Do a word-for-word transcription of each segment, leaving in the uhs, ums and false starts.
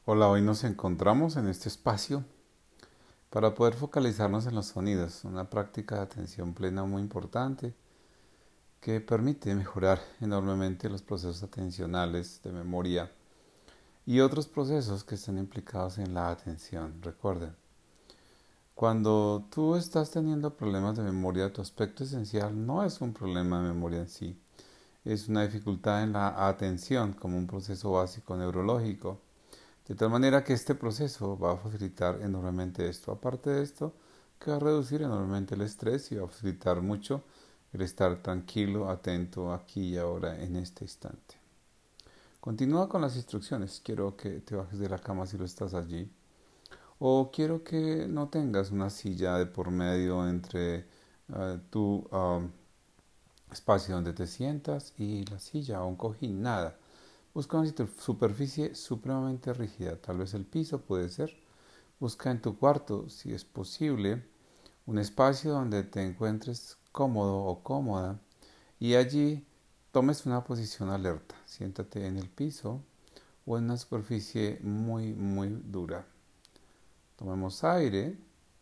Hola, hoy nos encontramos en este espacio para poder focalizarnos en los sonidos, una práctica de atención plena muy importante que permite mejorar enormemente los procesos atencionales de memoria y otros procesos que están implicados en la atención. Recuerden, cuando tú estás teniendo problemas de memoria, tu aspecto esencial no es un problema de memoria en sí, es una dificultad en la atención como un proceso básico neurológico. De tal manera que este proceso va a facilitar enormemente esto. Aparte de esto, que va a reducir enormemente el estrés y va a facilitar mucho el estar tranquilo, atento aquí y ahora en este instante. Continúa con las instrucciones. Quiero que te bajes de la cama si lo estás allí. O quiero que no tengas una silla de por medio entre uh, tu um, espacio donde te sientas y la silla o un cojín. Nada. Busca una superficie supremamente rígida, tal vez el piso puede ser. Busca en tu cuarto, si es posible, un espacio donde te encuentres cómodo o cómoda y allí tomes una posición alerta. Siéntate en el piso o en una superficie muy, muy dura. Tomemos aire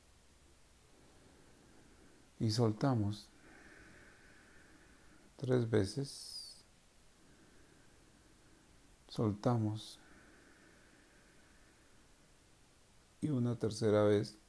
y soltamos tres veces. Soltamos y una tercera vez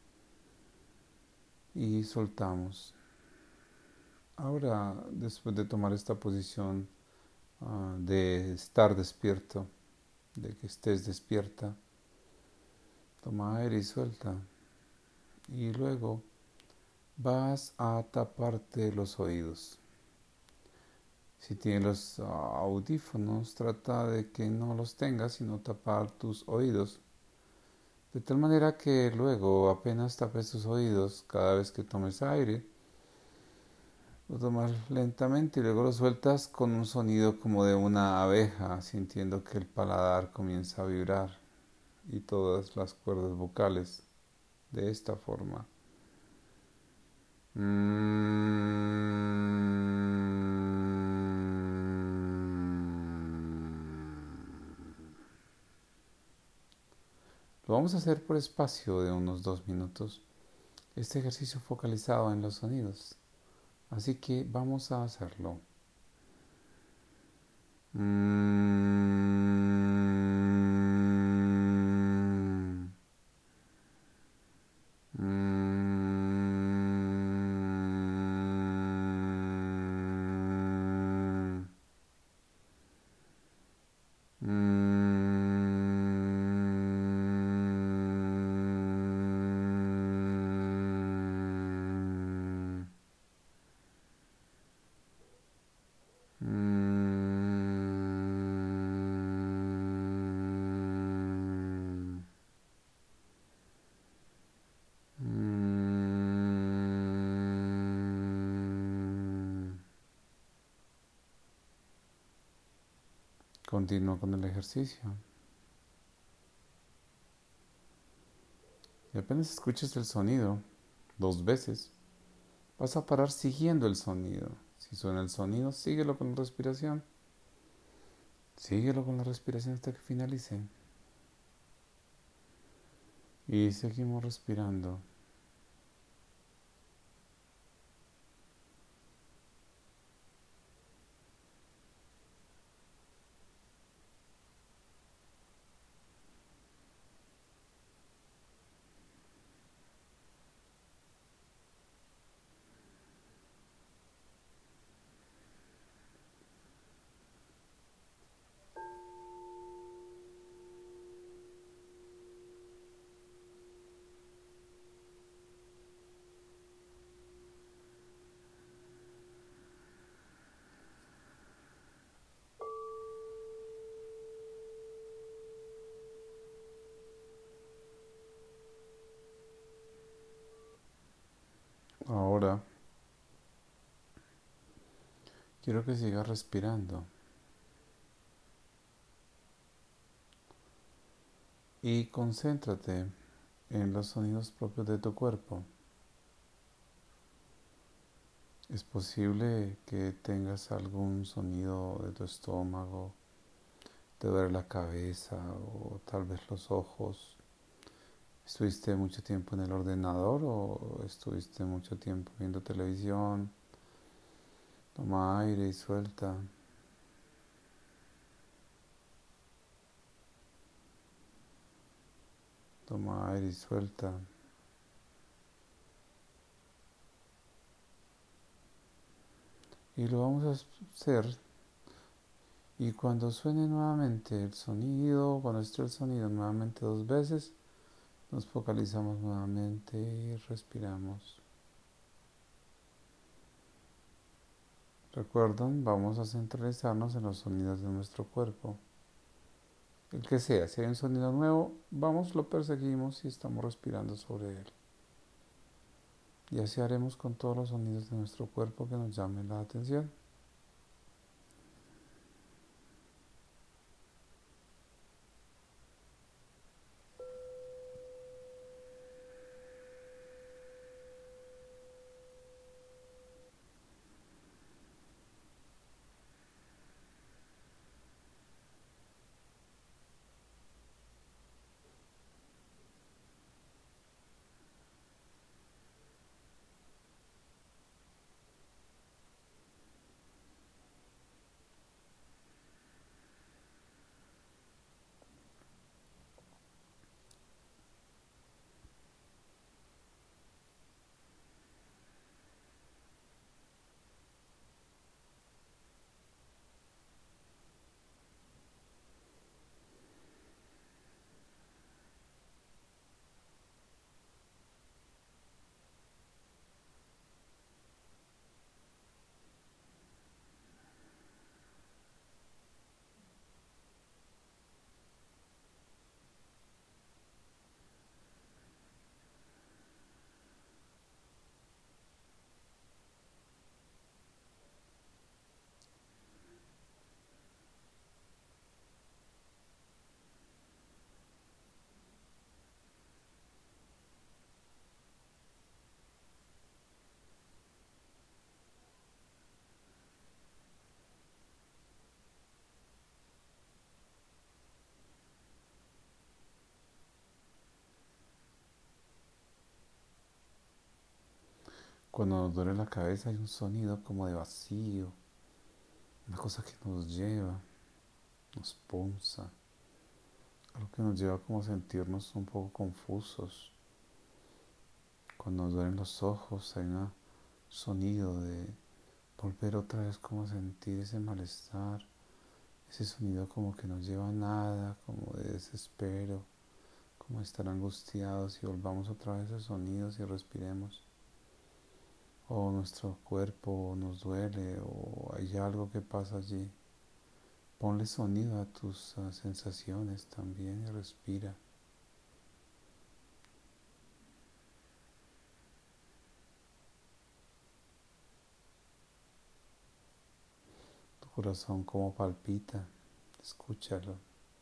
y soltamos. Ahora, después de tomar esta posición uh, de estar despierto, de que estés despierta, toma aire y suelta. Y luego vas a taparte los oídos. Si tienes los uh, audífonos, trata de que no los tengas, sino tapar tus oídos. De tal manera que luego apenas tapes tus oídos, cada vez que tomes aire, lo tomas lentamente y luego lo sueltas con un sonido como de una abeja, sintiendo que el paladar comienza a vibrar y todas las cuerdas vocales de esta forma. Lo vamos a hacer por espacio de unos dos minutos, este ejercicio focalizado en los sonidos. Así que vamos a hacerlo. Continúa con el ejercicio. Y apenas escuches el sonido dos veces, vas a parar siguiendo el sonido. Si suena el sonido, síguelo con la respiración. Síguelo con la respiración hasta que finalice. Y seguimos respirando. Ahora quiero que sigas respirando y concéntrate en los sonidos propios de tu cuerpo. Es posible que tengas algún sonido de tu estómago, te duele la cabeza o tal vez los ojos. ¿Estuviste mucho tiempo en el ordenador o estuviste mucho tiempo viendo televisión? Toma aire y suelta. Toma aire y suelta. Y lo vamos a hacer. Y cuando suene nuevamente el sonido, cuando esté el sonido nuevamente dos veces, nos focalizamos nuevamente y respiramos. Recuerden, vamos a centralizarnos en los sonidos de nuestro cuerpo. El que sea, si hay un sonido nuevo, vamos, lo perseguimos y estamos respirando sobre él. Y así haremos con todos los sonidos de nuestro cuerpo que nos llamen la atención. Cuando nos duele la cabeza hay un sonido como de vacío, una cosa que nos lleva, nos punza, algo que nos lleva como a sentirnos un poco confusos. Cuando nos duelen los ojos hay un sonido de volver otra vez como a sentir ese malestar, ese sonido como que no lleva a nada, como de desespero, como de estar angustiados, y volvamos otra vez a esos sonidos y respiremos. O nuestro cuerpo nos duele o hay algo que pasa allí. Ponle sonido a tus uh, sensaciones también y respira. Tu corazón como palpita, escúchalo.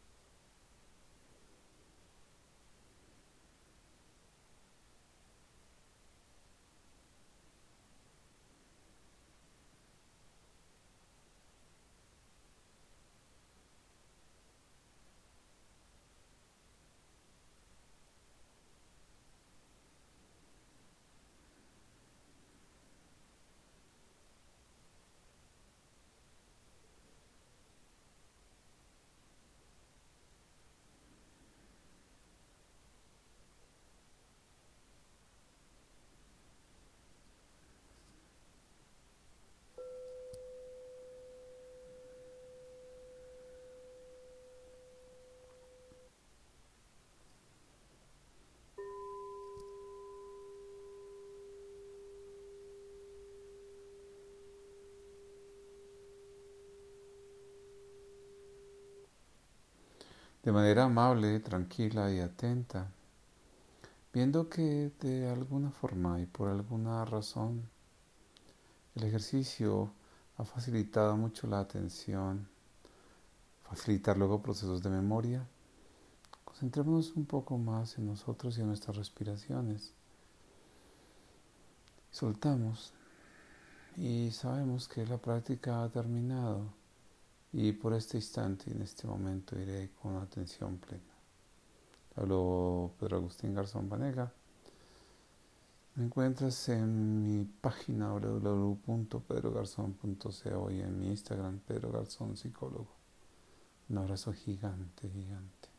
De manera amable, tranquila y atenta, viendo que de alguna forma y por alguna razón el ejercicio ha facilitado mucho la atención, facilitar luego procesos de memoria. Concentrémonos un poco más en nosotros y en nuestras respiraciones. Soltamos y sabemos que la práctica ha terminado. Y por este instante y en este momento iré con atención plena. Hablo Pedro Agustín Garzón Vanega. Me encuentras en mi página w w w punto pedro garzón punto co y en mi Instagram Pedro Garzón Psicólogo. Un abrazo gigante, gigante.